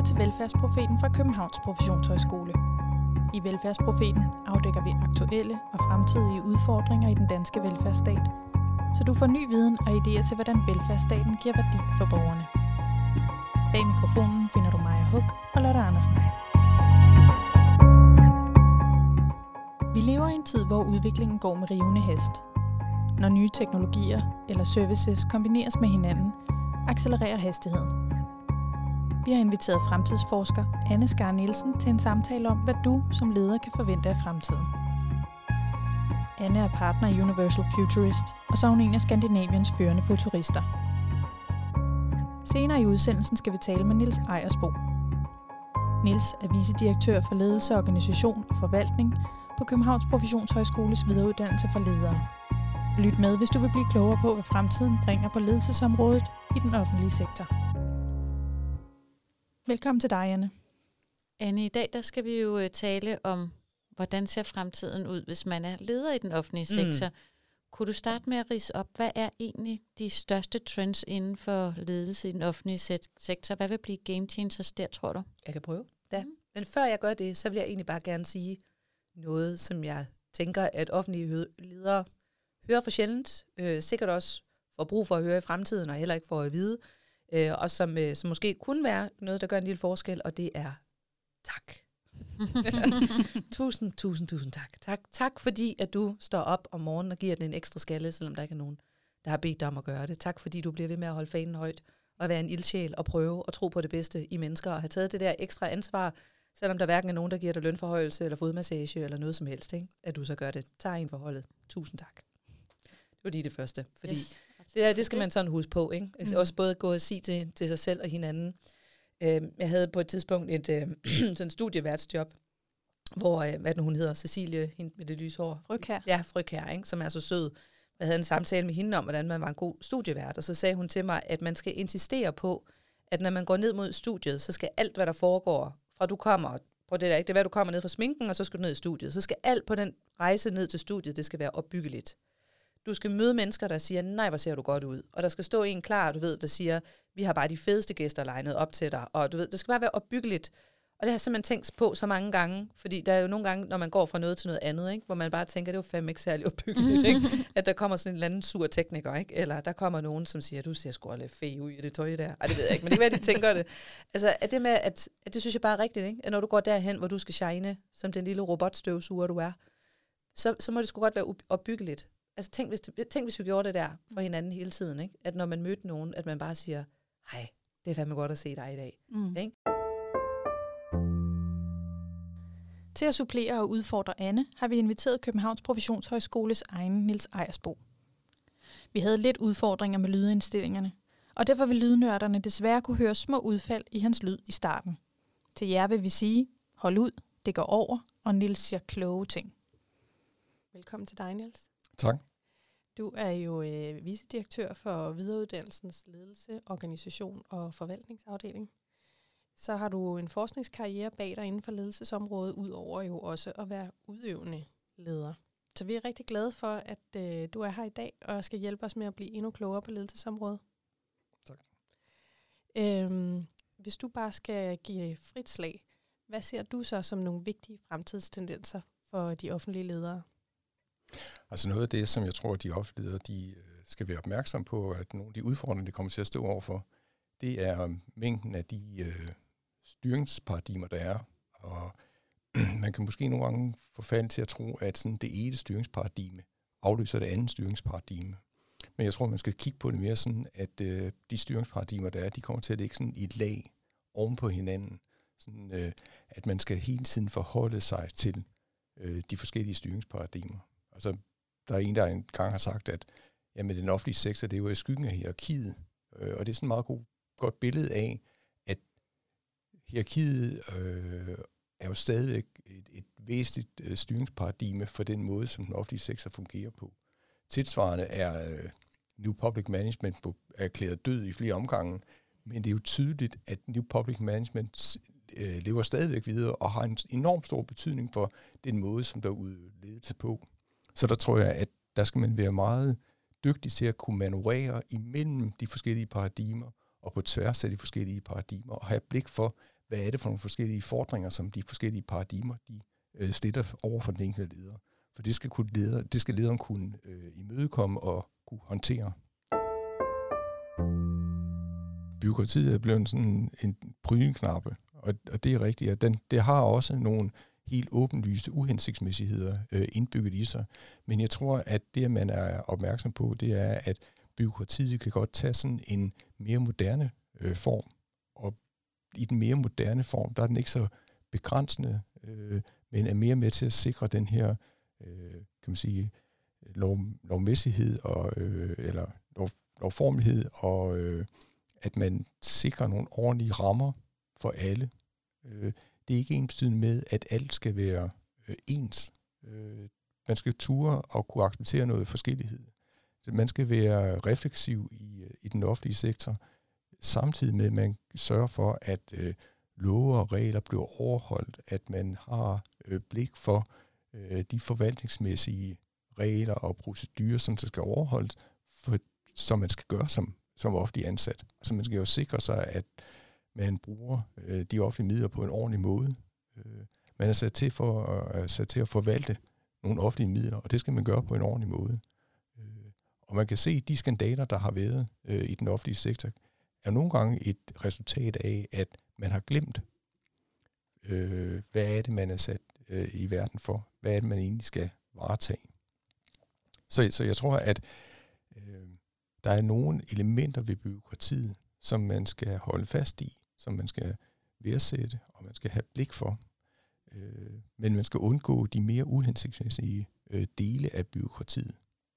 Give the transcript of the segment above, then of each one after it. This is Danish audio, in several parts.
til Velfærdsprofeten fra Københavns Professionshøjskole. I Velfærdsprofeten afdækker vi aktuelle og fremtidige udfordringer i den danske velfærdsstat, så du får ny viden og idéer til, hvordan velfærdsstaten giver værdi for borgerne. Bag mikrofonen finder du Maja Huk og Lotte Andersen. Vi lever i en tid, hvor udviklingen går med rivende hast. Når nye teknologier eller services kombineres med hinanden, accelererer hastigheden. Vi har inviteret fremtidsforsker Anne Skar Nielsen til en samtale om, hvad du som leder kan forvente af fremtiden. Anne er partner i Universal Futurist, og så er hun en af Skandinaviens førende futurister. Senere i udsendelsen skal vi tale med Niels Ejersbo. Niels er vicedirektør for ledelse, organisation og forvaltning på Københavns Professionshøjskoles videreuddannelse for ledere. Lyt med, hvis du vil blive klogere på, hvad fremtiden bringer på ledelsesområdet i den offentlige sektor. Velkommen til dig, Anne. Anne, i dag der skal vi jo tale om, hvordan ser fremtiden ud, hvis man er leder i den offentlige sektor. Kunne du starte med at ridse op, hvad er egentlig de største trends inden for ledelse i den offentlige sektor? Hvad vil blive game changers der, tror du? Jeg kan prøve. Ja. Men før jeg gør det, så vil jeg egentlig bare gerne sige noget, som jeg tænker, at offentlige ledere hører for sjældent, sikkert også får brug for at høre i fremtiden, og heller ikke får at vide, og som måske kunne være noget, der gør en lille forskel, og det er tak. tusind tak. Tak fordi, at du står op om morgenen og giver den en ekstra skalle, selvom der ikke er nogen, der har bedt dig om at gøre det. Tak fordi, du bliver ved med at holde fanen højt, og være en ildsjæl og prøve at tro på det bedste i mennesker, og have taget det der ekstra ansvar, selvom der hverken er nogen, der giver dig lønforhøjelse, eller fodmassage, eller noget som helst, ikke? At du så gør det. Tag en forholdet. Tusind tak. Det var lige det første, fordi det skal man sådan huske på, ikke? Også både gå og sige til sig selv og hinanden. Jeg havde på et tidspunkt et sådan studieværtsjob, hvor, hvad hun hedder, Cecilie, hende med det lyshår. Frøkær. Ja, Frøkær, ikke? Som er så sød. Jeg havde en samtale med hende om, hvordan man var en god studievært, og så sagde hun til mig, at man skal insistere på, at når man går ned mod studiet, så skal alt, hvad der foregår, fra du kommer, på det der, ikke? Det er, hvad du kommer ned fra sminken, og så skal du ned i studiet. Så skal alt på den rejse ned til studiet, det skal være opbyggeligt. Du skal møde mennesker, der siger, nej, hvor ser du godt ud. Og der skal stå en klar, du ved, der siger, vi har bare de fedeste gæster legnet op til dig. Og du ved, det skal bare være opbyggeligt. Og det har jeg simpelthen tænkt på så mange gange. Fordi der er jo nogle gange, når man går fra noget til noget andet, ikke? Hvor man bare tænker, det er jo fandme ikke særlig opbyggeligt. Ikke? At der kommer sådan en eller anden sur tekniker, ikke? Eller der kommer nogen, som siger, du ser sgu lidt fed ud i det tøj der. Ej, det ved jeg ikke, men det er hvad de tænker det. Altså, at det med, at det synes jeg bare er rigtigt, ikke? At når du går derhen, hvor du skal shine, som den lille robotstøvsuger, du er, så må det sgu godt være opbyggeligt. Altså tænk, hvis vi gjorde det der for hinanden hele tiden, ikke? At når man mødte nogen, at man bare siger, hej, det er fandme godt at se dig i dag. Ikke? Til at supplere og udfordre Anne, har vi inviteret Københavns Professionshøjskoles egen Niels Ejersbo. Vi havde lidt udfordringer med lydindstillingerne, og derfor vil lydnørderne desværre kunne høre små udfald i hans lyd i starten. Til jer vil vi sige, hold ud, det går over, og Niels siger kloge ting. Velkommen til dig, Niels. Tak. Du er jo vicedirektør for videreuddannelsens ledelse, organisation og forvaltningsafdeling. Så har du en forskningskarriere bag dig inden for ledelsesområdet, udover jo også at være udøvende leder. Så vi er rigtig glade for, at du er her i dag og skal hjælpe os med at blive endnu klogere på ledelsesområdet. Tak. Hvis du bare skal give frit slag, hvad ser du så som nogle vigtige fremtidstendenser for de offentlige ledere? Altså noget af det, som jeg tror, at de offentlige ledere, de skal være opmærksom på, at nogle af de udfordringer, de kommer til at stå overfor, det er mængden af de styringsparadigmer, der er. Og man kan måske nogle gange forfalde til at tro, at sådan det ene styringsparadigme afløser det andet styringsparadigme. Men jeg tror, man skal kigge på det mere sådan, at de styringsparadigmer, der er, de kommer til at ligge sådan i et lag oven på hinanden. Sådan, at man skal hele tiden forholde sig til de forskellige styringsparadigmer. Altså, der er en, der engang har sagt, at jamen, den offentlige sektor, det er jo i skyggen af hierarkiet. Og det er sådan et meget godt billede af, at hierarkiet er jo stadigvæk et væsentligt styringsparadigme for den måde, som den offentlige sektor fungerer på. Tilsvarende er New Public Management erklæret død i flere omgange, men det er jo tydeligt, at New Public Management lever stadigvæk videre og har en enormt stor betydning for den måde, som der er udledelse på. Så der tror jeg, at der skal man være meget dygtig til at kunne manøvrere imellem de forskellige paradigmer og på tværs af de forskellige paradigmer og have blik for, hvad er det for nogle forskellige fordringer, som de forskellige paradigmer, de stiller over for den enkelte leder. For det skal lederen kunne imødekomme og kunne håndtere. Bureaukratiet er blevet sådan en prydeknappe, og det er rigtigt, at det har også nogle helt åbenlyse uhensigtsmæssigheder indbygget i sig. Men jeg tror, at det, man er opmærksom på, det er, at bureaukratiet kan godt tage sådan en mere moderne form. Og i den mere moderne form, der er den ikke så begrænsende, men er mere med til at sikre den her, kan man sige, lovmæssighed og, eller lovformelighed, og at man sikrer nogle ordentlige rammer for alle. Det er ikke ensbetydende med, at alt skal være ens. Man skal ture og kunne acceptere noget forskellighed. Man skal være refleksiv i den offentlige sektor, samtidig med, at man sørger for, at love og regler bliver overholdt, at man har blik for de forvaltningsmæssige regler og procedurer, som der skal overholdes, som man skal gøre som offentlig ansat. Altså man skal jo sikre sig, at man bruger de offentlige midler på en ordentlig måde. Man er sat til at forvalte nogle offentlige midler, og det skal man gøre på en ordentlig måde. Og man kan se, at de skandaler, der har været i den offentlige sektor, er nogle gange et resultat af, at man har glemt, hvad er det, man er sat i verden for? Hvad er det, man egentlig skal varetage? Så jeg tror, at der er nogle elementer ved bureaukratiet, som man skal holde fast i, som man skal værdsætte, og man skal have blik for. Men man skal undgå de mere uhensigtsmæssige dele af bureaukratiet.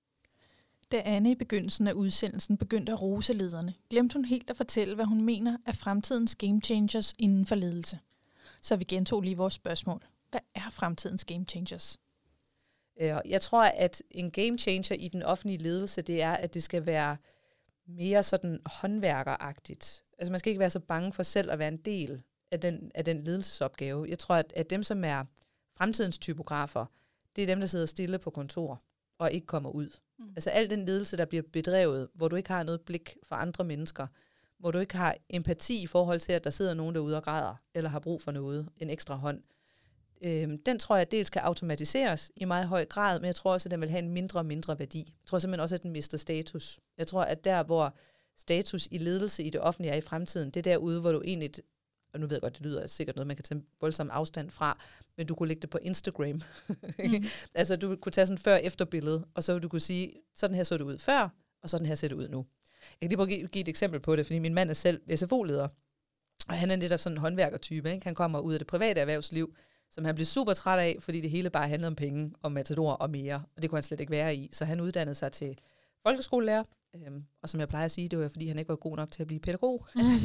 Da Anne i begyndelsen af udsendelsen begyndte at rose lederne, glemte hun helt at fortælle, hvad hun mener er fremtidens game changers inden for ledelse. Så vi gentog lige vores spørgsmål. Hvad er fremtidens game changers? Jeg tror, at en game changer i den offentlige ledelse, det er, at det skal være mere sådan håndværkeragtigt. Altså man skal ikke være så bange for selv at være en del af den ledelsesopgave. Jeg tror, at dem, som er fremtidens typografer, det er dem, der sidder stille på kontor og ikke kommer ud. Altså al den ledelse, der bliver bedrevet, hvor du ikke har noget blik for andre mennesker, hvor du ikke har empati i forhold til, at der sidder nogen derude og græder, eller har brug for noget, en ekstra hånd. Den tror jeg dels kan automatiseres i meget høj grad, men jeg tror også, at den vil have en mindre og mindre værdi. Jeg tror simpelthen også, at den mister status. Jeg tror, at der, hvor status i ledelse i det offentlige er i fremtiden, det er derude, hvor du egentlig, og nu ved jeg godt, det lyder sikkert noget, man kan tage voldsom afstand fra, men du kunne lægge det på Instagram. Altså du kunne tage sådan før-efter billede, og så ville du kunne sige, sådan her så det ud før, og sådan her ser det ud nu. Jeg kan lige prøve at give et eksempel på det, fordi min mand er selv SFO-leder, og han er netop sådan en håndværkertype. Ikke? Han kommer ud af det private erhvervsliv, som han blev super træt af, fordi det hele bare handlede om penge, om matador og mere, og det kunne han slet ikke være i. Så han uddannede sig til folkeskolelærer, og som jeg plejer at sige, det var fordi han ikke var god nok til at blive pædagog.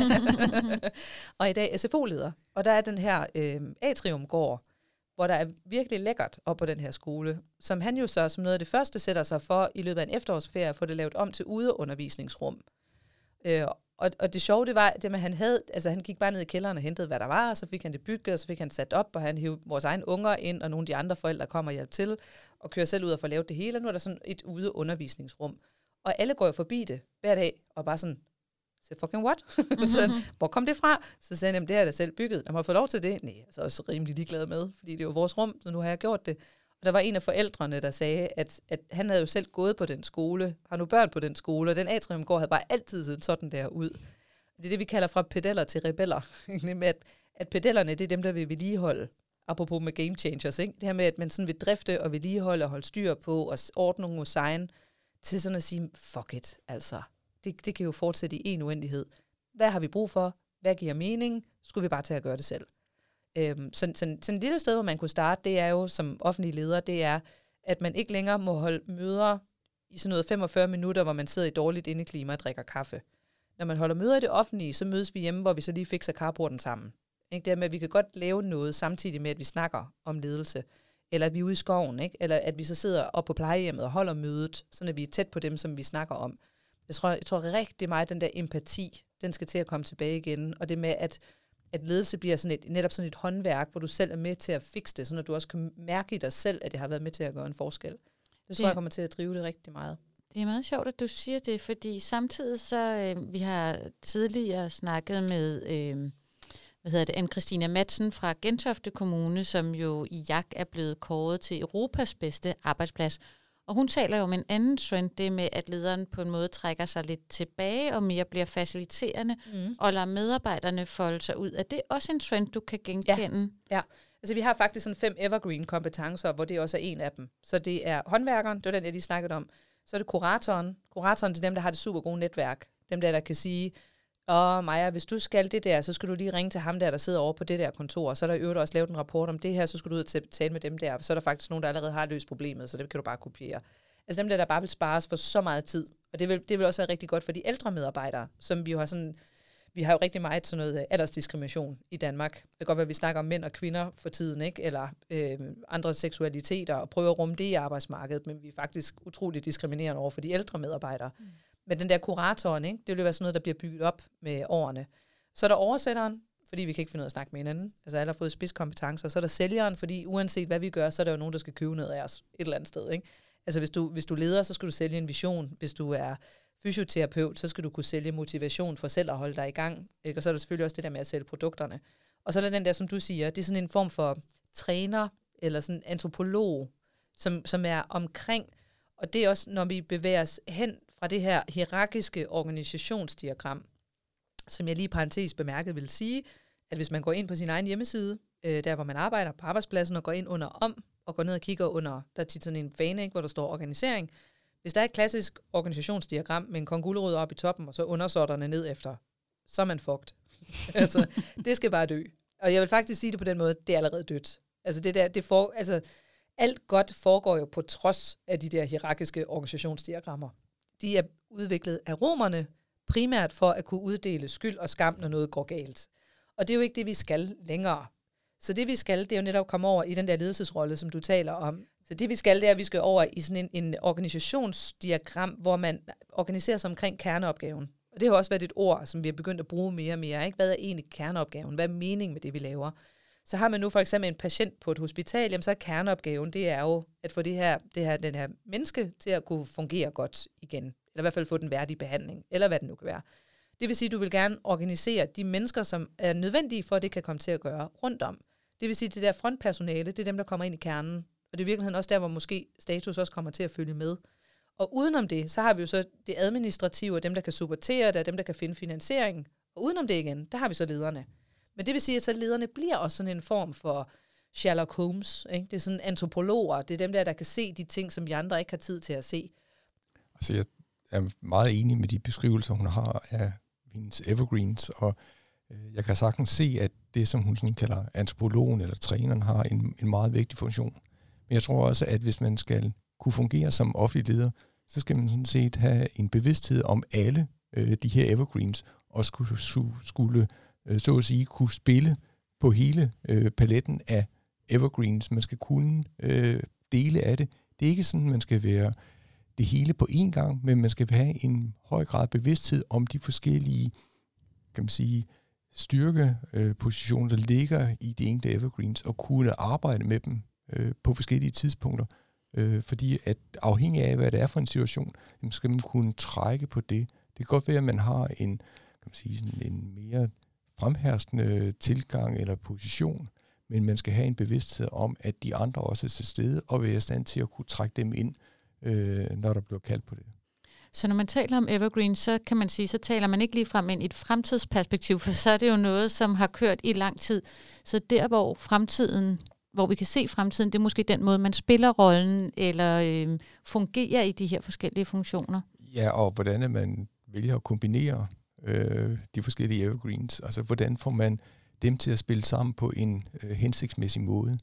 Og i dag SFO-leder. Og der er den her Atriumgård, hvor der er virkelig lækkert op på den her skole, som han jo så som noget af det første sætter sig for i løbet af en efterårsferie at få det lavet om til udeundervisningsrum. Og det sjove, det var, det med, han gik bare ned i kælderen og hentede, hvad der var, og så fik han det bygget, og så fik han sat op, og han hævde vores egne unger ind, og nogle af de andre forældre kommer og hjælper til, og kører selv ud og får lavet det hele, og nu er der sådan et udeundervisningsrum. Og alle går jo forbi det hver dag, og bare sådan, så fucking what? Så, hvor kom det fra? Så sagde han, jamen det har jeg da selv bygget. Jeg må få lov til det. Nej, så er jeg også rimelig ligeglad med, fordi det er jo vores rum, så nu har jeg gjort det. Og der var en af forældrene, der sagde, at han havde jo selv gået på den skole, har nu børn på den skole, og den Atriumgård havde bare altid set sådan der ud. Det er det, vi kalder fra pedeller til rebeller. Med at pedellerne, det er dem, der vil vedligeholde. Apropos med game changers, ikke? Det her med, at man sådan vil drifte og vedligeholde og holde styr på og ordne nogle design til sådan at sige, fuck it, altså. Det kan jo fortsætte i en uendelighed. Hvad har vi brug for? Hvad giver mening? Skulle vi bare til at gøre det selv? Sådan et lille sted, hvor man kunne starte, det er jo som offentlig leder, det er, at man ikke længere må holde møder i sådan noget 45 minutter, hvor man sidder i dårligt indeklima og drikker kaffe. Når man holder møder i det offentlige, så mødes vi hjemme, hvor vi så lige fikser carporten sammen. Ikke? Det er med, at vi kan godt lave noget, samtidig med, at vi snakker om ledelse. Eller at vi er ude i skoven, ikke? Eller at vi så sidder op på plejehjemmet og holder mødet, så at vi er tæt på dem, som vi snakker om. Jeg tror rigtig meget, den der empati, den skal til at komme tilbage igen. Og det med, at ledelse bliver netop sådan et håndværk, hvor du selv er med til at fikse det, så du også kan mærke i dig selv, at det har været med til at gøre en forskel. Det tror jeg kommer til at drive det rigtig meget. Det er meget sjovt, at du siger det, fordi samtidig så, vi har tidligere snakket Anne-Christina Madsen fra Gentofte Kommune, som jo i JAK er blevet kåret til Europas bedste arbejdsplads. Og hun taler jo om en anden trend, det med, at lederen på en måde trækker sig lidt tilbage og mere bliver faciliterende og lader medarbejderne folde sig ud. Er det også en trend, du kan genkende? Ja. Altså vi har faktisk sådan 5 evergreen-kompetencer, hvor det også er en af dem. Så det er håndværkeren, det var den, jeg lige snakkede om. Så er det kuratoren. Kuratoren, det er dem, der har det super gode netværk. Dem der kan sige, Maja, hvis du skal det der, så skal du lige ringe til ham der sidder over på det der kontor, og så er der øvrigt også lavet en rapport om det her, så skal du ud og tale med dem der, så er der faktisk nogen, der allerede har løst problemet, så det kan du bare kopiere. Altså dem der bare vil spares for så meget tid, og det vil også være rigtig godt for de ældre medarbejdere, som vi jo har sådan, vi har jo rigtig meget sådan noget aldersdiskrimination i Danmark. Det kan godt være, at vi snakker om mænd og kvinder for tiden, ikke? Eller andre seksualiteter, og prøver at rumme det i arbejdsmarkedet, men vi er faktisk utroligt diskriminerende over for de ældre medarbejdere. Men den der kuratoren, ikke? Det vil være sådan noget, der bliver bygget op med årene. Så er der oversætteren, fordi vi kan ikke finde ud af at snakke med hinanden. Altså alle har fået spidskompetencer. Så er der sælgeren, fordi uanset hvad vi gør, så er der jo nogen, der skal købe noget af os et eller andet sted, ikke? Altså hvis du leder, så skal du sælge en vision. Hvis du er fysioterapeut, så skal du kunne sælge motivation for selv at holde dig i gang. Ikke? Og så er der selvfølgelig også det der med at sælge produkterne. Og så er der den der, som du siger, det er sådan en form for træner, eller sådan antropolog, som er omkring. Og det er også, når vi bevæger os hen fra det her hierarkiske organisationsdiagram, som jeg lige parentes bemærket vil sige, at hvis man går ind på sin egen hjemmeside, der hvor man arbejder på arbejdspladsen, og går ind under og går ned og kigger under, der er tit sådan en fane, ikke, hvor der står organisering. Hvis der er et klassisk organisationsdiagram med en kong gulerod oppe i toppen, og så undersorterne ned efter, så er man fucked. Altså, det skal bare dø. Og jeg vil faktisk sige det på den måde, det er allerede dødt. Altså, alt godt foregår jo på trods af de der hierarkiske organisationsdiagrammer. De er udviklet af romerne, primært for at kunne uddele skyld og skam, når noget går galt. Og det er jo ikke det, vi skal længere. Så det, vi skal, det er jo netop at komme over i den der ledelsesrolle, som du taler om. Så det, vi skal, det er, at vi skal over i sådan en organisationsdiagram, hvor man organiserer sig omkring kerneopgaven. Og det har også været et ord, som vi har begyndt at bruge mere og mere. Ikke? Hvad er egentlig kerneopgaven? Hvad er meningen med det, vi laver? Så har man nu for eksempel en patient på et hospital, jamen så er kerneopgaven, det er jo at få den her menneske til at kunne fungere godt igen. Eller i hvert fald få den værdige behandling, eller hvad det nu kan være. Det vil sige, at du vil gerne organisere de mennesker, som er nødvendige for, at det kan komme til at gøre rundt om. Det vil sige, at det der frontpersonale, det er dem, der kommer ind i kernen. Og det er i virkeligheden også der, hvor måske status også kommer til at følge med. Og udenom det, så har vi jo så det administrative, dem, der kan supportere det, dem, der kan finde finansiering. Og udenom det igen, der har vi så lederne. Men det vil sige, at så lederne bliver også sådan en form for Sherlock Holmes. Ikke? Det er sådan antropologer. Det er dem der kan se de ting, som vi andre ikke har tid til at se. Altså, jeg er meget enig med de beskrivelser, hun har af hendes evergreens, og jeg kan sagtens se, at det, som hun sådan kalder antropologen eller træneren, har en meget vigtig funktion. Men jeg tror også, at hvis man skal kunne fungere som offentlig leder, så skal man sådan set have en bevidsthed om alle de her evergreens, og skulle så at sige, kunne spille på hele paletten af evergreens. Man skal kunne dele af det. Det er ikke sådan, man skal være det hele på én gang, men man skal have en høj grad bevidsthed om de forskellige, kan man sige, styrkepositioner, der ligger i de enkelte evergreens, og kunne arbejde med dem på forskellige tidspunkter. Fordi at afhængig af, hvad det er for en situation, skal man kunne trække på det. Det kan godt være, at man har en mere fremherskende tilgang eller position, men man skal have en bevidsthed om, at de andre også er til stede, og være i stand til at kunne trække dem ind, når der bliver kaldt på det. Så når man taler om evergreen, så kan man sige, så taler man ikke ligefrem ind i et fremtidsperspektiv, for så er det jo noget, som har kørt i lang tid. Så der, hvor vi kan se fremtiden, det er måske den måde, man spiller rollen, eller fungerer i de her forskellige funktioner. Ja, og hvordan man vælger at kombinere de forskellige evergreens. Altså, hvordan får man dem til at spille sammen på en hensigtsmæssig måde.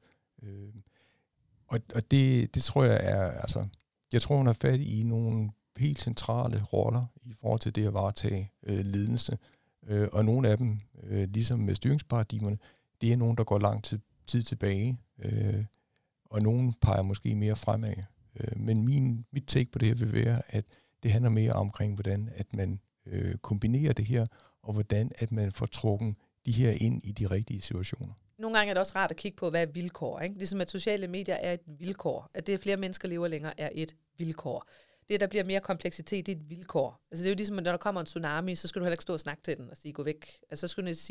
Og det tror jeg er, altså, jeg tror, hun har fat i nogle helt centrale roller i forhold til det at varetage ledelse. Og nogle af dem, ligesom med styringsparadigmerne, det er nogen, der går lang tid tilbage, og nogle peger måske mere fremad. Men mit take på det her vil være, at det handler mere omkring, hvordan at man kombinerer det her, og hvordan at man får trukket de her ind i de rigtige situationer. Nogle gange er det også rart at kigge på, hvad er vilkår. Ikke? Ligesom at sociale medier er et vilkår. At det, at flere mennesker lever længere, er et vilkår. Det, der bliver mere kompleksitet, det er et vilkår. Altså det er jo ligesom, når der kommer en tsunami, så skal du heller ikke stå og snakke til den og sige, gå væk. Altså så skal du sige,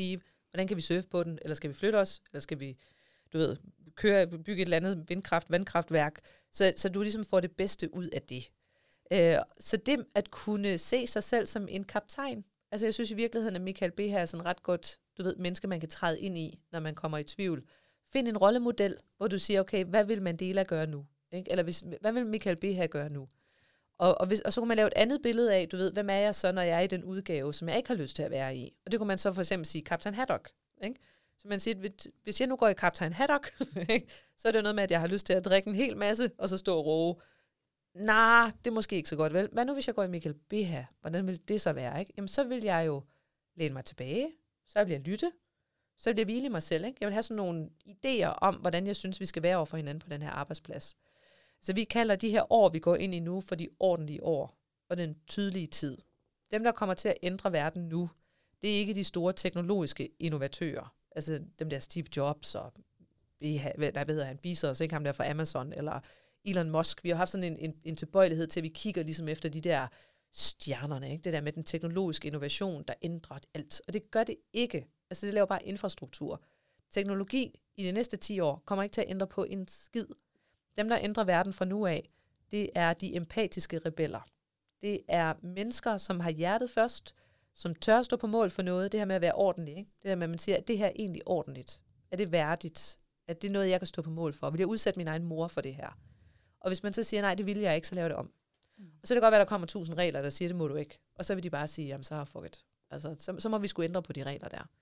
Hvordan kan vi surfe på den? Eller skal vi flytte os? Eller skal vi, bygge et eller andet vandkraftværk? Så du ligesom får det bedste ud af det. Så det at kunne se sig selv som en kaptajn, altså jeg synes i virkeligheden, at Michael Behe er sådan ret godt, menneske, man kan træde ind i, når man kommer i tvivl. Find en rollemodel, hvor du siger, okay, hvad vil Mandela gøre nu? Ikke? Eller hvad vil Michael Behe gøre nu? Og så kunne man lave et andet billede af, hvem er jeg så, når jeg er i den udgave, som jeg ikke har lyst til at være i? Og det kunne man så for eksempel sige, Kaptajn Haddock. Ikke? Så man siger, hvis jeg nu går i Kaptajn Haddock, så er det noget med, at jeg har lyst til at drikke en hel masse, og så stå og råbe. Det er måske ikke så godt, vel? Hvad nu, hvis jeg går i Michael Behe? Hvordan vil det så være? Ikke? Jamen, så vil jeg jo læne mig tilbage, så vil jeg lytte, så vil jeg hvile i mig selv. Ikke? Jeg vil have sådan nogle idéer om, hvordan jeg synes, vi skal være over for hinanden på den her arbejdsplads. Så vi kalder de her år, vi går ind i nu, for de ordentlige år og den tydelige tid. Dem, der kommer til at ændre verden nu, det er ikke de store teknologiske innovatører. Altså dem der Steve Jobs og Bezos, ikke ham der fra Amazon, eller Elon Musk. Vi har haft sådan en tilbøjelighed til, at vi kigger ligesom efter de der stjernerne, ikke? Det der med den teknologiske innovation, der ændrer alt. Og det gør det ikke. Altså det laver bare infrastruktur. Teknologi i de næste 10 år kommer ikke til at ændre på en skid. Dem, der ændrer verden fra nu af, det er de empatiske rebeller. Det er mennesker, som har hjertet først, som tør stå på mål for noget. Det her med at være ordentlig. Ikke? Det der med, at man siger, at det her er egentlig ordentligt. Er det værdigt? Er det noget, jeg kan stå på mål for? Vil jeg udsætte min egen mor for det her? Og hvis man så siger, nej, det vil jeg ikke, så laver det om. Og så er det godt være, at der kommer 1000 regler, der siger, det må du ikke. Og så vil de bare sige, jamen så fuck it. Altså, så må vi sgu ændre på de regler der.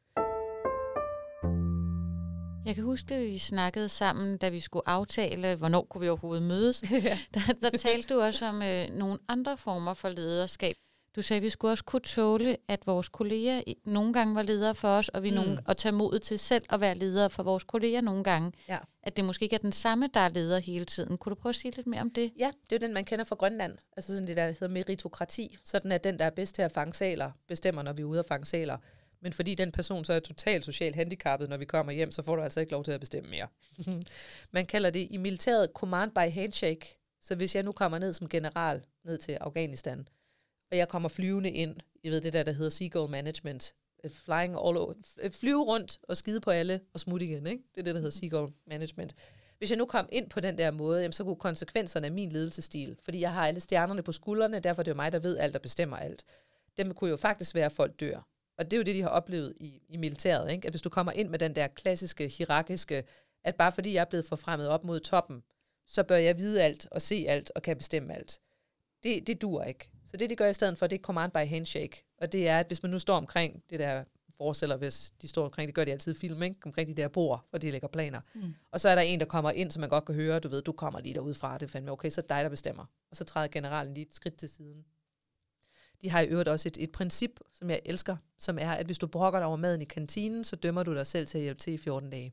Jeg kan huske, at vi snakkede sammen, da vi skulle aftale, hvornår kunne vi overhovedet mødes. der talte du også om nogle andre former for lederskab. Du sagde, at vi skulle også kunne tåle, at vores kolleger nogle gange var ledere for os, og og tage modet til selv at være ledere for vores kolleger nogle gange. Ja. At det måske ikke er den samme, der er leder hele tiden. Kunne du prøve at sige lidt mere om det? Ja, det er jo den, man kender fra Grønland. Altså sådan det, der hedder meritokrati. Sådan at den, der er bedst til at fange sæler, bestemmer, når vi er ude at fange sæler. Men fordi den person så er totalt socialt handicappet, når vi kommer hjem, så får du altså ikke lov til at bestemme mere. Man kalder det i militæret command by handshake. Så hvis jeg nu kommer ned som general ned til Afghanistan, og jeg kommer flyvende ind, I ved det der hedder Seagull Management, flying all over, flyve rundt og skide på alle og smutte igen, ikke? Det er det, der hedder Seagull Management. Hvis jeg nu kom ind på den der måde, jamen, så kunne konsekvenserne af min ledelsesstil, fordi jeg har alle stjernerne på skuldrene, derfor er det jo mig, der ved alt og bestemmer alt. Dem kunne jo faktisk være, at folk dør. Og det er jo det, de har oplevet i militæret, ikke? At hvis du kommer ind med den der klassiske, hierarkiske, at bare fordi jeg er blevet forfremmet op mod toppen, så bør jeg vide alt og se alt og kan bestemme alt. Det duer ikke. Så det, de gør i stedet for, det er command by handshake. Og det er, at hvis man nu står omkring det der forestiller, hvis de står omkring, det gør de altid i film, ikke? Omkring de der bord, hvor de lægger planer. Og så er der en, der kommer ind, som man godt kan høre, du kommer lige derudfra, det er fandme okay, så er det dig, der bestemmer. Og så træder generalen lige et skridt til siden. De har i øvrigt også et princip, som jeg elsker, som er, at hvis du brokker dig over maden i kantinen, så dømmer du dig selv til at hjælpe til i 14 dage.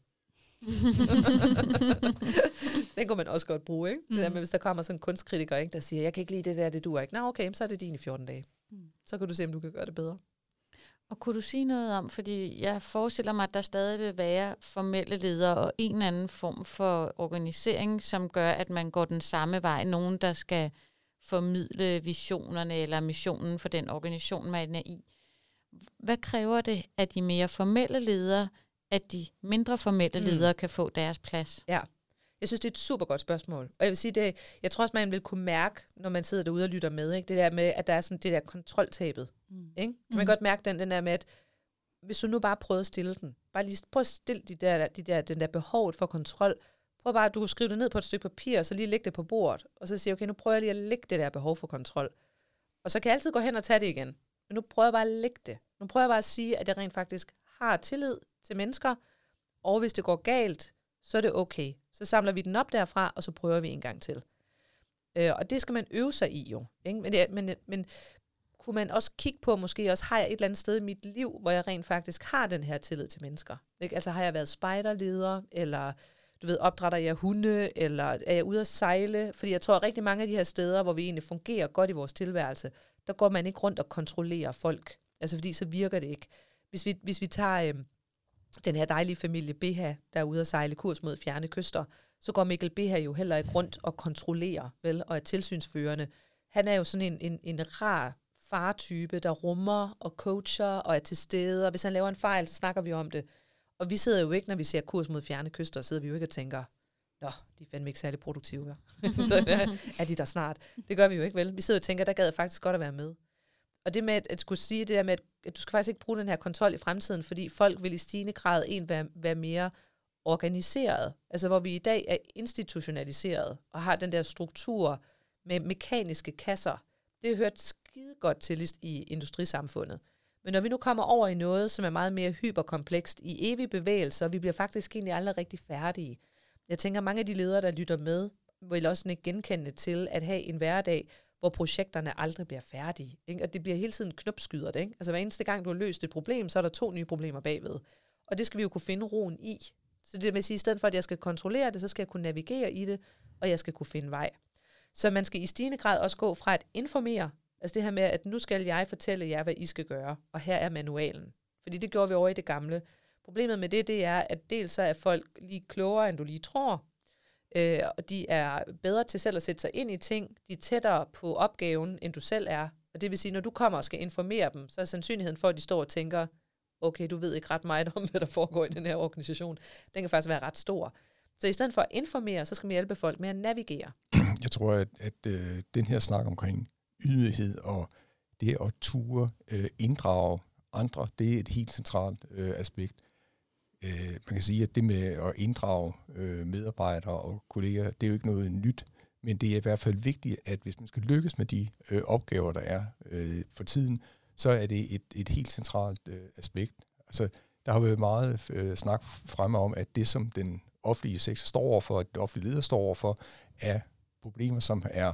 Den kunne man også godt bruge, ikke? Det der med, hvis der kommer sådan en kunstkritiker, ikke, der siger, jeg kan ikke lide det der, det duer ikke. Nå, okay, så er det din i 14 dage. Så kan du se, om du kan gøre det bedre. Og kunne du sige noget om, fordi jeg forestiller mig, at der stadig vil være formelle ledere og en eller anden form for organisering, som gør, at man går den samme vej. Nogen, der skal formidle visionerne eller missionen for den organisation, man er i. Hvad kræver det af de mere formelle ledere, at de mindre formelle ledere kan få deres plads? Ja, jeg synes, det er et super godt spørgsmål. Og jeg vil sige, jeg tror også, man vil kunne mærke, når man sidder derude og lytter med, ikke? Det der med, at der er sådan det der kontroltabet. Ikke? Kan man godt mærke den der med, at hvis du nu bare prøver at stille den, bare lige prøv at stille den der behovet for kontrol. Prøv bare, du kan skrive det ned på et stykke papir, og så lige lægge det på bordet, og så sige, okay, nu prøver jeg lige at lægge det der behov for kontrol. Og så kan jeg altid gå hen og tage det igen. Men nu prøver jeg bare at lægge det. Nu prøver jeg bare at sige, at jeg rent faktisk har tillid til mennesker, og hvis det går galt, så er det okay. Så samler vi den op derfra, og så prøver vi en gang til. Og det skal man øve sig i jo. Ikke? Men kunne man også kigge på, måske også har jeg et eller andet sted i mit liv, hvor jeg rent faktisk har den her tillid til mennesker. Ikke? Altså har jeg været spejderleder, eller opdrætter jeg hunde, eller er jeg ude at sejle? Fordi jeg tror, at rigtig mange af de her steder, hvor vi egentlig fungerer godt i vores tilværelse, der går man ikke rundt og kontrollerer folk. Altså fordi så virker det ikke. Hvis vi tager den her dejlige familie Behe, der er ude at sejle kurs mod fjerne kyster, så går Mikkel Behe jo heller ikke rundt og kontrollerer, vel, og er tilsynsførende. Han er jo sådan en rar fartype, der rummer og coacher og er til stede, og hvis han laver en fejl, så snakker vi om det. Og vi sidder jo ikke, når vi ser Kurs mod fjerne kyster, sidder vi jo ikke og tænker, nå, de er fandme ikke særlig produktive. Er de der snart? Det gør vi jo ikke, vel? Vi sidder og tænker, der gad jeg faktisk godt at være med. Og det med at skulle sige det der med, at du skal faktisk ikke bruge den her kontrol i fremtiden, fordi folk vil i stigende grad være mere organiseret. Altså hvor vi i dag er institutionaliseret og har den der struktur med mekaniske kasser. Det er hørt skide godt til i industrisamfundet. Men når vi nu kommer over i noget, som er meget mere hyperkomplekst i evig bevægelse, og vi bliver faktisk egentlig aldrig rigtig færdige. Jeg tænker, mange af de ledere, der lytter med, vil også ikke genkende til at have en hverdag, hvor projekterne aldrig bliver færdige. Ikke? Og det bliver hele tiden knopskyder. Ikke? Altså hver eneste gang, du har løst et problem, så er der 2 nye problemer bagved. Og det skal vi jo kunne finde roen i. Så det vil sige, i stedet for, at jeg skal kontrollere det, så skal jeg kunne navigere i det, og jeg skal kunne finde vej. Så man skal i stigende grad også gå fra at informere, altså det her med, at nu skal jeg fortælle jer, hvad I skal gøre, og her er manualen. Fordi det gjorde vi over i det gamle. Problemet med det er, at dels så er folk lige klogere, end du lige tror, og de er bedre til selv at sætte sig ind i ting, de er tættere på opgaven, end du selv er. Og det vil sige, når du kommer og skal informere dem, så er sandsynligheden for, at de står og tænker, okay, du ved ikke ret meget om, hvad der foregår i den her organisation. Den kan faktisk være ret stor. Så i stedet for at informere, så skal vi hjælpe folk med at navigere. Jeg tror, at den her snak omkring ydmyghed og det at ture inddrage andre, det er et helt centralt aspekt. Man kan sige, at det med at inddrage medarbejdere og kolleger, det er jo ikke noget nyt, men det er i hvert fald vigtigt, at hvis man skal lykkes med de opgaver, der er for tiden, så er det et helt centralt aspekt. Altså, der har været meget snak fremme om, at det, som den offentlige sektor står overfor, og den offentlige leder står overfor, er problemer, som er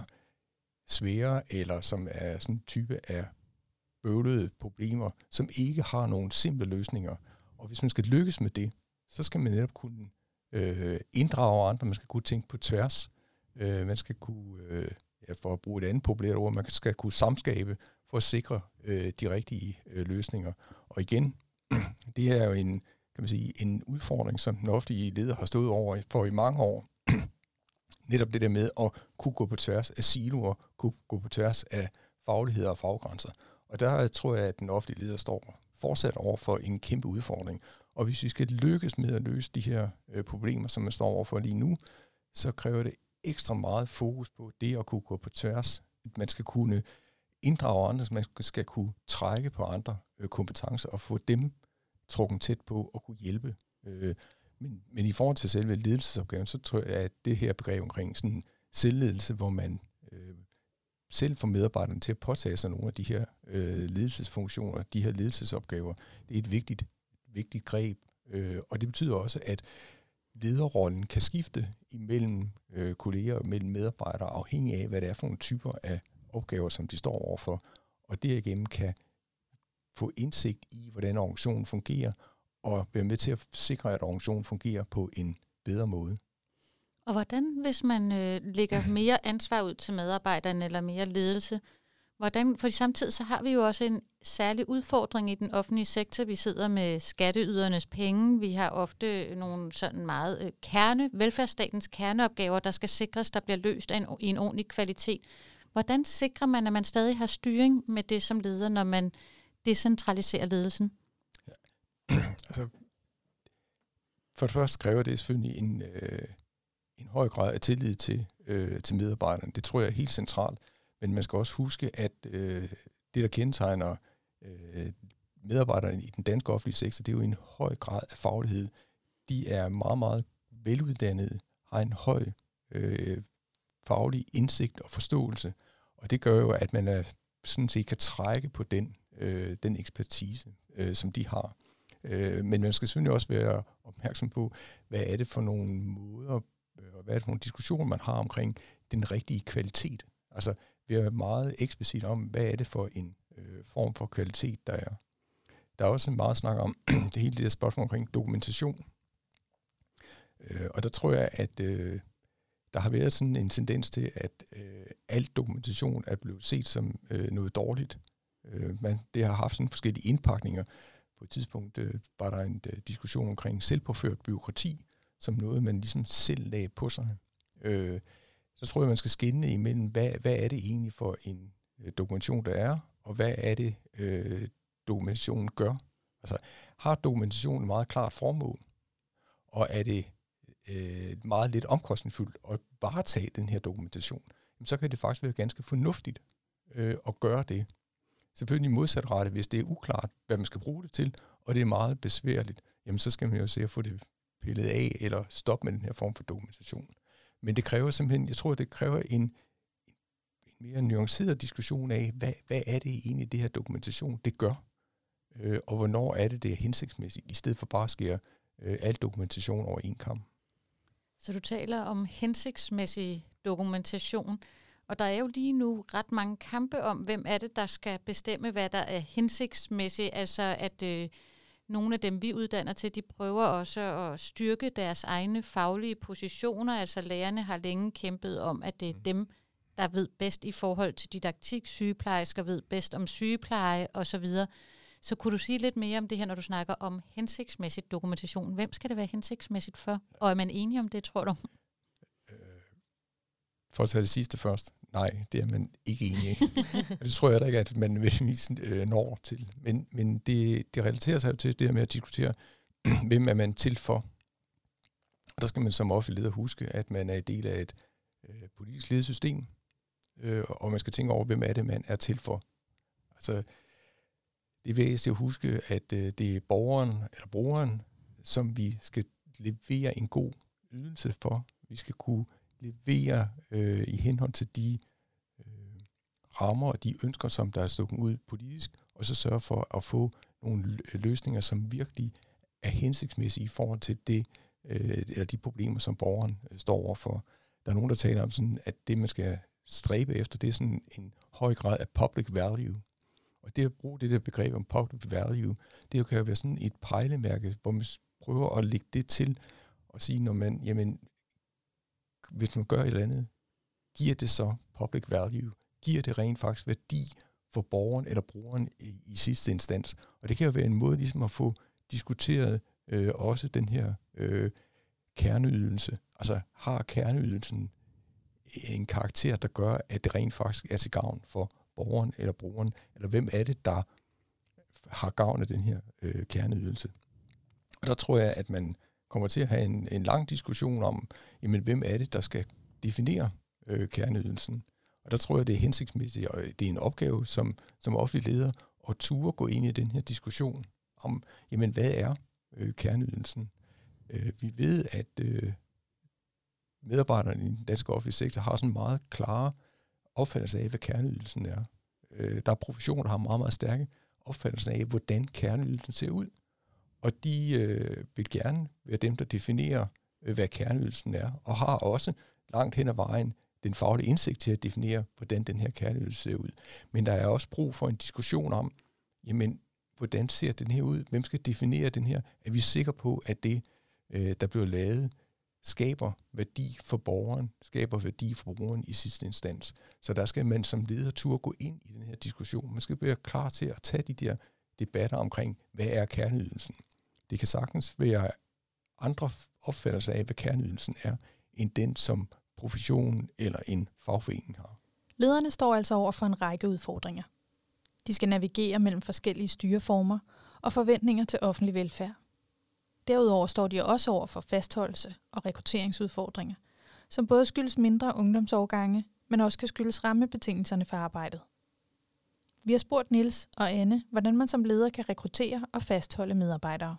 svære, eller som er sådan en type af bøvlede problemer, som ikke har nogen simple løsninger. Og hvis man skal lykkes med det, så skal man netop kunne inddrage andre, man skal kunne tænke på tværs, man skal kunne, for at bruge et andet populært ord, man skal kunne samskabe for at sikre de rigtige løsninger. Og igen, det er jo en udfordring, som den offentlige leder har stået over for i mange år. Netop det der med at kunne gå på tværs af siloer, kunne gå på tværs af fagligheder og faggrænser. Og der tror jeg, at den offentlige leder står fortsat over for en kæmpe udfordring. Og hvis vi skal lykkes med at løse de her problemer, som man står overfor lige nu, så kræver det ekstra meget fokus på det at kunne gå på tværs. Man skal kunne inddrage andre, man skal kunne trække på andre kompetencer og få dem trukket tæt på og kunne hjælpe. Men i forhold til selve ledelsesopgaven, så tror jeg, at det her begreb omkring sådan selvledelse, hvor man selv får medarbejderne til at påtage sig nogle af de her ledelsesfunktioner, de her ledelsesopgaver, det er et vigtigt greb. Og det betyder også, at lederrollen kan skifte imellem kolleger og mellem medarbejdere, afhængig af, hvad det er for nogle typer af opgaver, som de står overfor. Og derigennem kan få indsigt i, hvordan organisationen fungerer, og være med til at sikre, at organisationen fungerer på en bedre måde. Og hvordan, hvis man lægger mere ansvar ud til medarbejderne, eller mere ledelse, for samtidig så har vi jo også en særlig udfordring i den offentlige sektor. Vi sidder med skatteydernes penge. Vi har ofte nogle sådan meget velfærdsstatens kerneopgaver, der skal sikres, der bliver løst i en ordentlig kvalitet. Hvordan sikrer man, at man stadig har styring med det som leder, når man decentraliserer ledelsen? Ja. Altså, for det første kræver det selvfølgelig en høj grad af tillid til medarbejderne. Det tror jeg er helt centralt. Men man skal også huske, at det, der kendetegner medarbejderne i den danske offentlige sektor, det er jo en høj grad af faglighed. De er meget, meget veluddannede, har en høj faglig indsigt og forståelse. Og det gør jo, at man sådan set kan trække på den ekspertise, som de har. Men man skal selvfølgelig også være opmærksom på, hvad er det for nogle måder, og hvad er det for nogle diskussioner, man har omkring den rigtige kvalitet. Altså, vi er meget eksplicit om, hvad er det for en form for kvalitet, der er. Der er også meget snak om det hele det der spørgsmål omkring dokumentation. Og der tror jeg, at der har været sådan en tendens til, at alt dokumentation er blevet set som noget dårligt. Det har haft sådan forskellige indpakninger. På et tidspunkt var der en diskussion omkring selvpåført bureaukrati, som noget, man ligesom selv lagde på sig. Så tror jeg, man skal skelne imellem, hvad er det egentlig for en dokumentation, der er, og hvad er det, dokumentationen gør. Altså, har dokumentationen et meget klart formål, og er det meget lidt omkostningsfuldt at varetage den her dokumentation, så kan det faktisk være ganske fornuftigt at gøre det. Selvfølgelig modsatrettet, hvis det er uklart, hvad man skal bruge det til, og det er meget besværligt, jamen så skal man jo se at få det pillet af, eller stoppe med den her form for dokumentation. Men det kræver simpelthen, jeg tror, det kræver en mere nuanceret diskussion af, hvad er det egentlig, det her dokumentation, det gør, og hvornår er det er hensigtsmæssigt, i stedet for bare at skære al dokumentation over en kam. Så du taler om hensigtsmæssig dokumentation, og der er jo lige nu ret mange kampe om, hvem er det, der skal bestemme, hvad der er hensigtsmæssigt. Altså at nogle af dem, vi uddanner til, de prøver også at styrke deres egne faglige positioner. Altså lærerne har længe kæmpet om, at det er dem, der ved bedst i forhold til didaktik. Sygeplejersker ved bedst om sygepleje osv. Så kunne du sige lidt mere om det her, når du snakker om hensigtsmæssig dokumentation? Hvem skal det være hensigtsmæssigt for? Og er man enige om det, tror du? For at tage det sidste først. Nej, det er man ikke enig i. Det tror jeg da ikke, at man nødvendigvis når til. Men det relaterer sig jo til det her med at diskutere, hvem er man til for. Og der skal man som offentlig leder huske, at man er en del af et politisk ledelsessystem, og man skal tænke over, hvem er det, man er til for. Altså, det er væsentligt at huske, at det er borgeren eller brugeren, som vi skal levere en god ydelse for. Vi skal kunne levere i henhold til de rammer og de ønsker, som der er stukket ud politisk, og så sørge for at få nogle løsninger, som virkelig er hensigtsmæssige i forhold til det, eller de problemer, som borgeren står overfor. Der er nogen, der taler om, sådan, at det, man skal stræbe efter, det er sådan en høj grad af public value. Og det at bruge det der begreb om public value, det kan jo være sådan et pejlemærke, hvor man prøver at lægge det til og sige, når man, jamen, hvis man gør et eller andet, giver det så public value? Giver det rent faktisk værdi for borgeren eller brugeren i sidste instans? Og det kan jo være en måde ligesom at få diskuteret også den her kerneydelse. Altså har kerneydelsen en karakter, der gør, at det rent faktisk er til gavn for borgeren eller brugeren? Eller hvem er det, der har gavn af den her kerneydelse? Og der tror jeg, at man kommer til at have en lang diskussion om, jamen, hvem er det, der skal definere kerneydelsen. Og der tror jeg, det er hensigtsmæssigt, og det er en opgave som offentlig leder at turde gå ind i den her diskussion om, jamen, hvad er kerneydelsen? Vi ved, at medarbejderne i den danske offentlige sektor har sådan en meget klare opfattelse af, hvad kerneydelsen er. Der er professioner, der har meget, meget stærke opfattelser af, hvordan kerneydelsen ser ud. Og de vil gerne være dem, der definerer, hvad kerneydelsen er, og har også langt hen ad vejen den faglige indsigt til at definere, hvordan den her kerneydelse ser ud. Men der er også brug for en diskussion om, jamen, hvordan ser den her ud? Hvem skal definere den her? Er vi sikre på, at det, der bliver lavet, skaber værdi for borgeren, skaber værdi for brugeren i sidste instans? Så der skal man som leder turde gå ind i den her diskussion. Man skal være klar til at tage de der debatter omkring, hvad er kerneydelsen? Det kan sagtens være andre opfattelser af, hvad kerneydelsen er, end den, som professionen eller en fagforening har. Lederne står altså over for en række udfordringer. De skal navigere mellem forskellige styreformer og forventninger til offentlig velfærd. Derudover står de også over for fastholdelse og rekrutteringsudfordringer, som både skyldes mindre ungdomsårgange, men også kan skyldes rammebetingelserne for arbejdet. Vi har spurgt Niels og Anne, hvordan man som leder kan rekruttere og fastholde medarbejdere.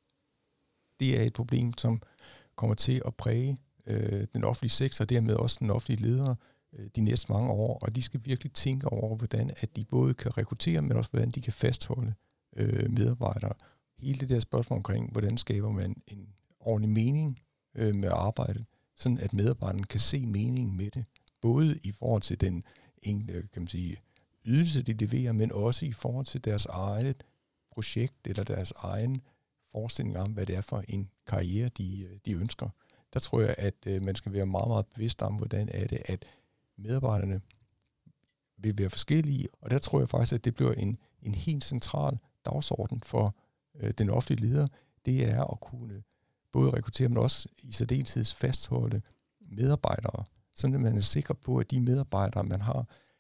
Det er et problem, som kommer til at præge den offentlige sektor, og dermed også den offentlige ledere de næste mange år, og de skal virkelig tænke over, hvordan at de både kan rekruttere, men også hvordan de kan fastholde medarbejdere. Hele det der spørgsmål omkring, hvordan skaber man en ordentlig mening med arbejdet, sådan at medarbejderne kan se meningen med det, både i forhold til den enkelte, kan man sige, ydelse, de leverer, men også i forhold til deres eget projekt eller deres egen forestilling om, hvad det er for en karriere, de ønsker. Der tror jeg, at man skal være meget, meget bevidst om, hvordan er det, at medarbejderne vil være forskellige, og der tror jeg faktisk, at det bliver en helt central dagsorden for den offentlige leder. Det er at kunne både rekruttere, men også i særdeleshed fastholde medarbejdere, sådan at man er sikker på, at de medarbejdere, man har,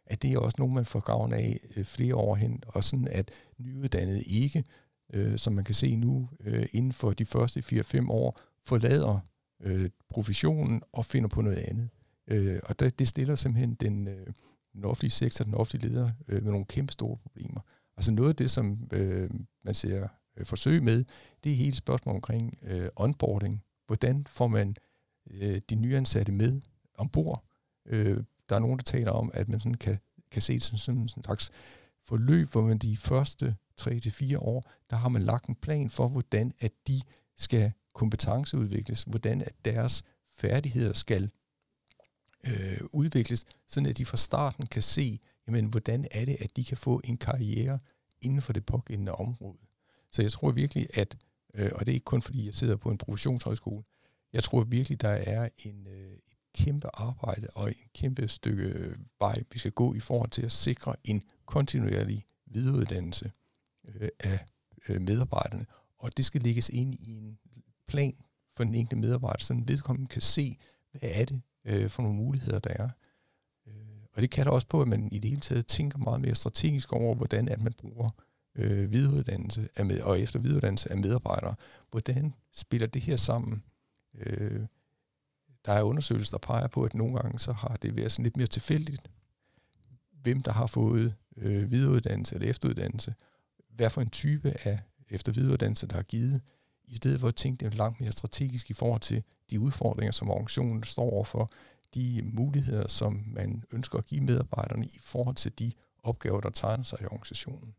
at det er også nogen, man får gavn af flere år hen, og sådan at nyuddannede ikke, som man kan se nu, inden for de første 4-5 år, forlader professionen og finder på noget andet. Og det stiller simpelthen den offentlige sektor, den offentlige leder, med nogle kæmpe store problemer. Altså noget af det, som man ser forsøg med, det er hele spørgsmålet omkring onboarding. Hvordan får man de nyansatte med ombord? Der er nogen, der taler om, at man sådan kan se det som en slags forløb, hvor man de første 3-4 år, der har man lagt en plan for, hvordan at de skal kompetenceudvikles, hvordan at deres færdigheder skal udvikles, sådan at de fra starten kan se, jamen, hvordan er det, at de kan få en karriere inden for det pågældende område. Så jeg tror virkelig, at, og det er ikke kun fordi, jeg sidder på en professionshøjskole, jeg tror virkelig, der er et kæmpe arbejde og en kæmpe stykke vej, vi skal gå i forhold til at sikre en kontinuerlig videreuddannelse af medarbejderne. Og det skal lægges ind i en plan for den enkelte medarbejder, så vedkommende kan se, hvad er det for nogle muligheder, der er. Og det kalder også på, at man i det hele taget tænker meget mere strategisk over, hvordan at man bruger videreuddannelse og efter videreuddannelse af medarbejdere. Hvordan spiller det her sammen? Der er undersøgelser, der peger på, at nogle gange så har det været sådan lidt mere tilfældigt, hvem der har fået videreuddannelse eller efteruddannelse, hvad for en type af efter videreuddannelse, der har givet, i stedet for at tænke det langt mere strategisk i forhold til de udfordringer, som organisationen står overfor, de muligheder, som man ønsker at give medarbejderne i forhold til de opgaver, der tegner sig i organisationen.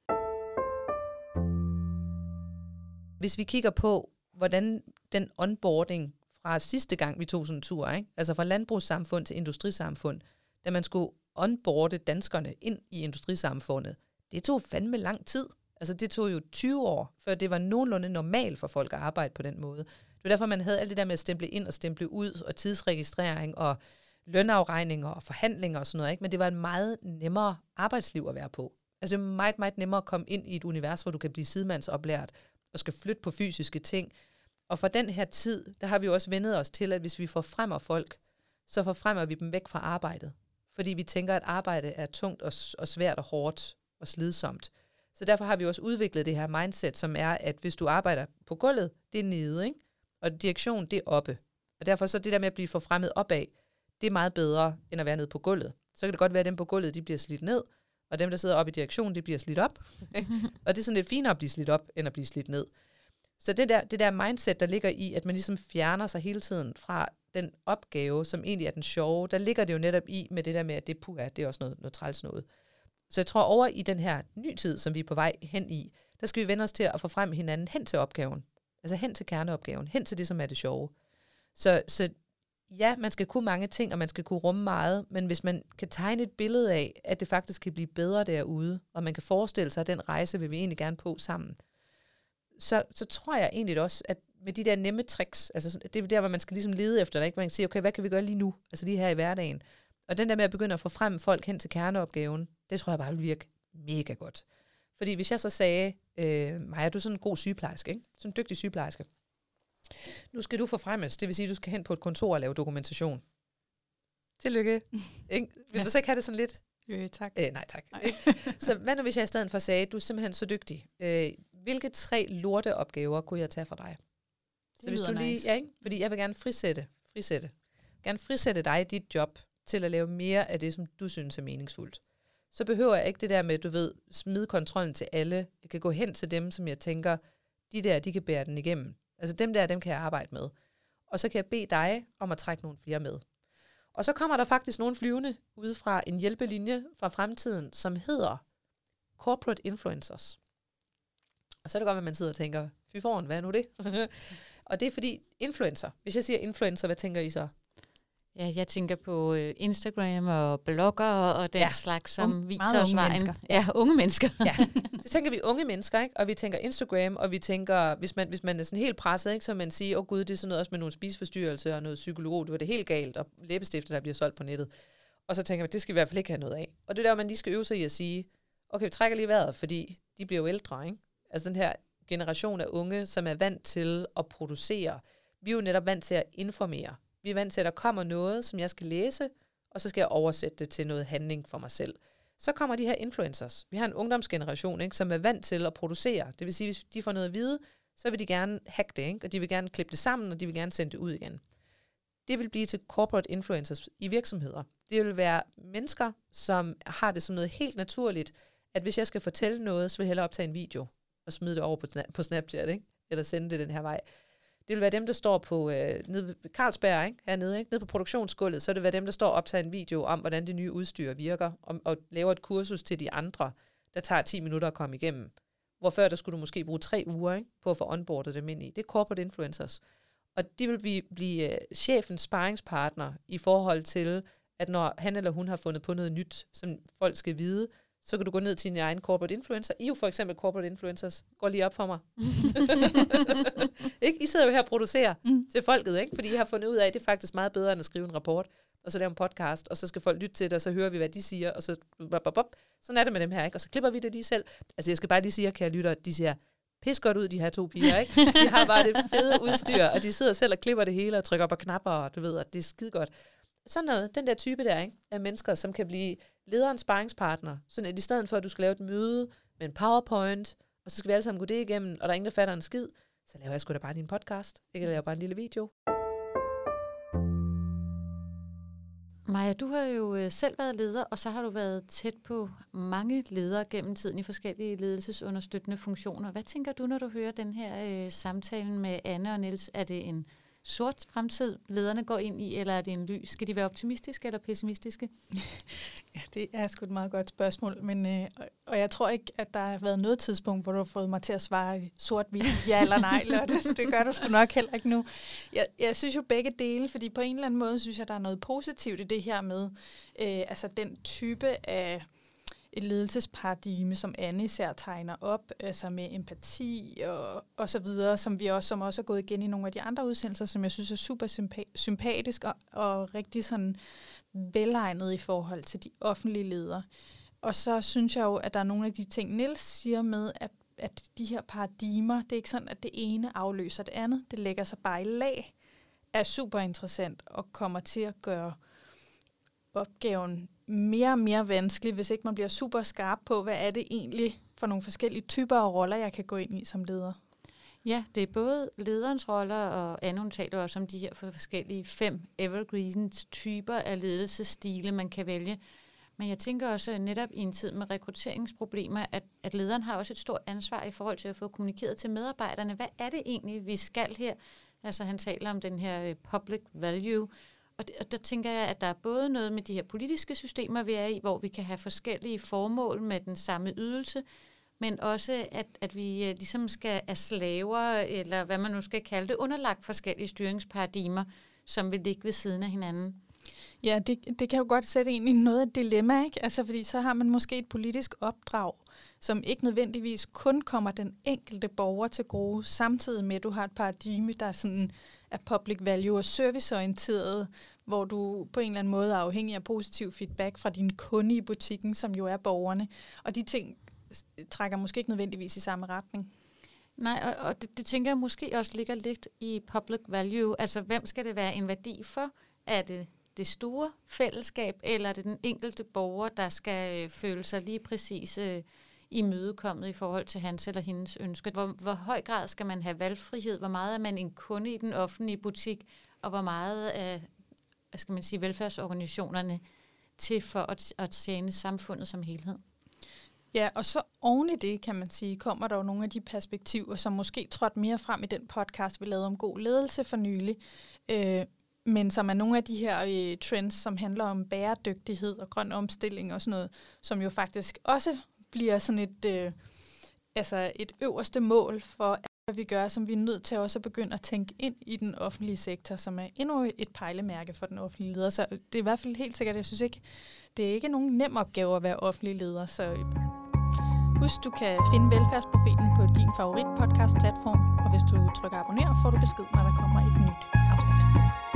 Hvis vi kigger på, hvordan den onboarding fra sidste gang, vi tog sådan en tur, ikke? Altså fra landbrugssamfund til industrisamfund, da man skulle onboarde danskerne ind i industrisamfundet, det tog fandme lang tid. Altså det tog jo 20 år, før det var nogenlunde normalt for folk at arbejde på den måde. Det var derfor, man havde alt det der med at stemple ind og stemple ud, og tidsregistrering og lønafregninger og forhandlinger og sådan noget, ikke? Men det var en meget nemmere arbejdsliv at være på. Altså det er meget, meget nemmere at komme ind i et univers, hvor du kan blive sidemandsoplært og skal flytte på fysiske ting. Og for den her tid, der har vi jo også vendet os til, at hvis vi forfremmer folk, så forfremmer vi dem væk fra arbejdet. Fordi vi tænker, at arbejde er tungt og svært og hårdt og slidsomt. Så derfor har vi også udviklet det her mindset, som er, at hvis du arbejder på gulvet, det er nede, ikke? Og direktion, det er oppe. Og derfor så det der med at blive forfremmet opad, det er meget bedre, end at være nede på gulvet. Så kan det godt være, at dem på gulvet, de bliver slidt ned, og dem, der sidder oppe i direktion, de bliver slidt op. Og det er sådan lidt finere at blive slidt op, end at blive slidt ned. Så det der mindset, der ligger i, at man ligesom fjerner sig hele tiden fra den opgave, som egentlig er den sjove, der ligger det jo netop i med det der med, at det det er også noget træls noget. Så jeg tror over i den her ny tid, som vi er på vej hen i, der skal vi vende os til at få frem hinanden hen til opgaven. Altså hen til kerneopgaven, hen til det, som er det sjove. Så ja, man skal kunne mange ting, og man skal kunne rumme meget, men hvis man kan tegne et billede af, at det faktisk kan blive bedre derude, og man kan forestille sig, at den rejse vil vi egentlig gerne på sammen, så tror jeg egentlig også, at med de der nemme tricks, altså det er der, hvor man skal ligesom lede efter det, ikke? Man kan sige, okay, hvad kan vi gøre lige nu? Altså lige her i hverdagen. Og den der med at begynde at få frem folk hen til kerneopgaven, det tror jeg bare vil virke mega godt. Fordi hvis jeg så sagde, Maja, du er sådan en god sygeplejerske, ikke? Sådan en dygtig sygeplejerske. Nu skal du forfremmes, det vil sige, at du skal hen på et kontor og lave dokumentation. Tillykke. Vil du så ikke have det sådan lidt? Tak. Nej, tak. Nej. Så hvad nu, hvis jeg i stedet for sagde, du er simpelthen så dygtig. Hvilke 3 lorteopgaver kunne jeg tage fra dig? Så hvis du lige, nice. Ja, ikke? Fordi jeg vil gerne frisætte dig i dit job til at lave mere af det, som du synes er meningsfuldt. Så behøver jeg ikke det der med, du ved, smide kontrollen til alle. Jeg kan gå hen til dem, som jeg tænker, de kan bære den igennem. Altså dem kan jeg arbejde med. Og så kan jeg bede dig om at trække nogle flere med. Og så kommer der faktisk nogle flyvende ude fra en hjælpelinje fra fremtiden, som hedder Corporate Influencers. Og så er det godt, at man sidder og tænker, fy foran, hvad er nu det? Og det er fordi influencer. Hvis jeg siger influencer, hvad tænker I så? Ja, jeg tænker på Instagram og blogger og den slags, som viser os vejen. Mennesker. Ja, unge mennesker. Ja, så tænker vi unge mennesker, ikke? Og vi tænker Instagram, og vi tænker, hvis man er sådan helt presset, ikke? Så man siger, gud, det er sådan noget også med nogle spiseforstyrrelser og noget psykolog, det var det helt galt, og læbestifter, der bliver solgt på nettet. Og så tænker vi, det skal vi i hvert fald ikke have noget af. Og det der, man lige skal øve sig i at sige, okay, vi trækker lige vejret, fordi de bliver jo ældre, ikke? Altså den her generation af unge, som er vant til at producere. Vi er jo netop vant til at informere. Vi er vant til, at der kommer noget, som jeg skal læse, og så skal jeg oversætte det til noget handling for mig selv. Så kommer de her influencers. Vi har en ungdomsgeneration, ikke, som er vant til at producere. Det vil sige, hvis de får noget at vide, så vil de gerne hacke det, ikke? Og de vil gerne klippe det sammen, og de vil gerne sende det ud igen. Det vil blive til corporate influencers i virksomheder. Det vil være mennesker, som har det som noget helt naturligt, at hvis jeg skal fortælle noget, så vil jeg hellere optage en video og smide det over på Snapchat, ikke? Eller sende det den her vej. Det vil være dem, der står på nede ved Carlsberg, ikke? Hernede, ikke? Nede på produktionsgulvet, så vil det være dem, der står og optager en video om, hvordan det nye udstyr virker, og laver et kursus til de andre, der tager 10 minutter at komme igennem. Hvor før der skulle du måske bruge 3 uger, ikke? På at få onboardet dem ind i. Det er corporate influencers. Og de vil blive chefens sparringspartner i forhold til, at når han eller hun har fundet på noget nyt, som folk skal vide, så kan du gå ned til din egen corporate influencer. I er jo for eksempel corporate influencers. Går lige op for mig. Ikke? I sidder jo her og producerer til folket, ikke? Fordi I har fundet ud af, at det er faktisk meget bedre end at skrive en rapport, og så lave en podcast, og så skal folk lytte til det, og så hører vi, hvad de siger, og så sådan er det med dem her, ikke? Og så klipper vi det lige selv. Altså jeg skal bare lige sige, kære lytter, at de siger, pis godt ud, de her 2 piger, ikke? De har bare det fede udstyr, og de sidder selv og klipper det hele, og trykker på knapper, og du ved, at det er skide godt. Sådan noget, den der type der, ikke? Af mennesker, som kan blive lederens sparringspartner, sådan at i stedet for, at du skal lave et møde med en PowerPoint, og så skal vi alle sammen gå det igennem, og der er ingen, der fatter en skid, så laver jeg sgu da bare lige en podcast. Ikke laver bare en lille video. Maja, du har jo selv været leder, og så har du været tæt på mange ledere gennem tiden i forskellige ledelsesunderstøttende funktioner. Hvad tænker du, når du hører den her samtale med Anne og Niels? Er det en sort fremtid, lederne går ind i, eller er det en lys? Skal de være optimistiske eller pessimistiske? Ja, det er sgu et meget godt spørgsmål, men, og jeg tror ikke, at der har været noget tidspunkt, hvor du har fået mig til at svare sort-hvidt, ja eller nej, Lotte, så det gør du sgu nok heller ikke nu. Jeg synes jo begge dele, fordi på en eller anden måde synes jeg, der er noget positivt i det her med, altså den type af et ledelsesparadigme, som Anne især tegner op, altså med empati og så videre, som også er gået igen i nogle af de andre udsendelser, som jeg synes er super sympatisk og rigtig sådan velegnet i forhold til de offentlige ledere. Og så synes jeg jo, at der er nogle af de ting, Niels siger med, at de her paradigmer, det er ikke sådan, at det ene afløser det andet, det lægger sig bare i lag, er super interessant og kommer til at gøre opgaven mere og mere vanskelig, hvis ikke man bliver super skarp på, hvad er det egentlig for nogle forskellige typer af roller, jeg kan gå ind i som leder. Ja, det er både lederens roller, og Anne taler også om de her forskellige 5 evergreen typer af ledelsesstile, man kan vælge. Men jeg tænker også netop i en tid med rekrutteringsproblemer, at lederen har også et stort ansvar i forhold til at få kommunikeret til medarbejderne. Hvad er det egentlig, vi skal her? Altså han taler om den her public value. Og der tænker jeg, at der er både noget med de her politiske systemer, vi er i, hvor vi kan have forskellige formål med den samme ydelse, men også, at vi ligesom skal af slaver, eller hvad man nu skal kalde det, underlagt forskellige styringsparadigmer, som vil ligge ved siden af hinanden. Ja, det kan jo godt sætte ind i noget af et dilemma, ikke? Altså, fordi så har man måske et politisk opdrag, som ikke nødvendigvis kun kommer den enkelte borger til gode, samtidig med, at du har et paradigme, der sådan er public value og serviceorienteret, hvor du på en eller anden måde er afhængig af positiv feedback fra dine kunder i butikken, som jo er borgerne. Og de ting trækker måske ikke nødvendigvis i samme retning. Nej, og det tænker jeg måske også ligger lidt i public value. Altså, hvem skal det være en værdi for? Er det store fællesskab, eller er det den enkelte borger, der skal føle sig lige præcis imødekommet i forhold til hans eller hendes ønsker? Hvor høj grad skal man have valgfrihed? Hvor meget er man en kunde i den offentlige butik? Og hvor meget af velfærdsorganisationerne til for at tjene samfundet som helhed? Ja, og så oven i det, kan man sige, kommer der jo nogle af de perspektiver, som måske trådte mere frem i den podcast, vi lavede om god ledelse for nylig, men som er nogle af de her trends, som handler om bæredygtighed og grøn omstilling og sådan noget, som jo faktisk også bliver sådan et øverste mål for, hvad vi gør, som vi er nødt til også at begynde at tænke ind i den offentlige sektor, som er endnu et pejlemærke for den offentlige leder. Så det er i hvert fald helt sikkert, jeg synes ikke, det er ikke nogen nem opgave at være offentlig leder. Så husk, du kan finde Velfærdsprofeten på din favorit podcast-platform, og hvis du trykker abonner, får du besked, når der kommer et nyt afsnit.